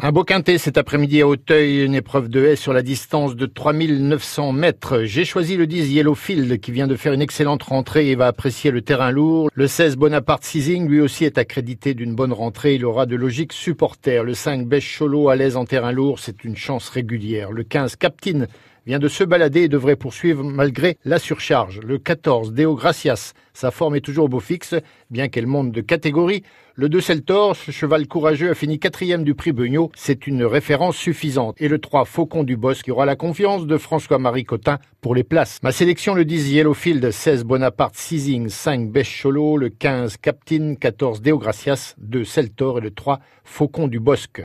Un beau quintet cet après-midi à Auteuil, une épreuve de haie sur la distance de 3900 mètres. J'ai choisi le 10 Yellowfield qui vient de faire une excellente rentrée et va apprécier le terrain lourd. Le 16 Bonaparte Seizing lui aussi est accrédité d'une bonne rentrée. Il aura de logiques supporters. Le 5 Bêche Cholo à l'aise en terrain lourd, c'est une chance régulière. Le 15 Captain vient de se balader et devrait poursuivre malgré la surcharge. Le 14, Deo Gracias, sa forme est toujours au beau fixe, bien qu'elle monte de catégorie. Le 2, Celtor, ce cheval courageux a fini 4e du prix Beugnot, c'est une référence suffisante. Et le 3, Faucon du Bosque, qui aura la confiance de François-Marie Cotin pour les places. Ma sélection, le 10 Yellowfield, 16 Bonaparte Seizing, 5 Bêche Cholo, le 15 Captain, 14 Deo Gracias, 2 Celtor et le 3 Faucon du Bosque.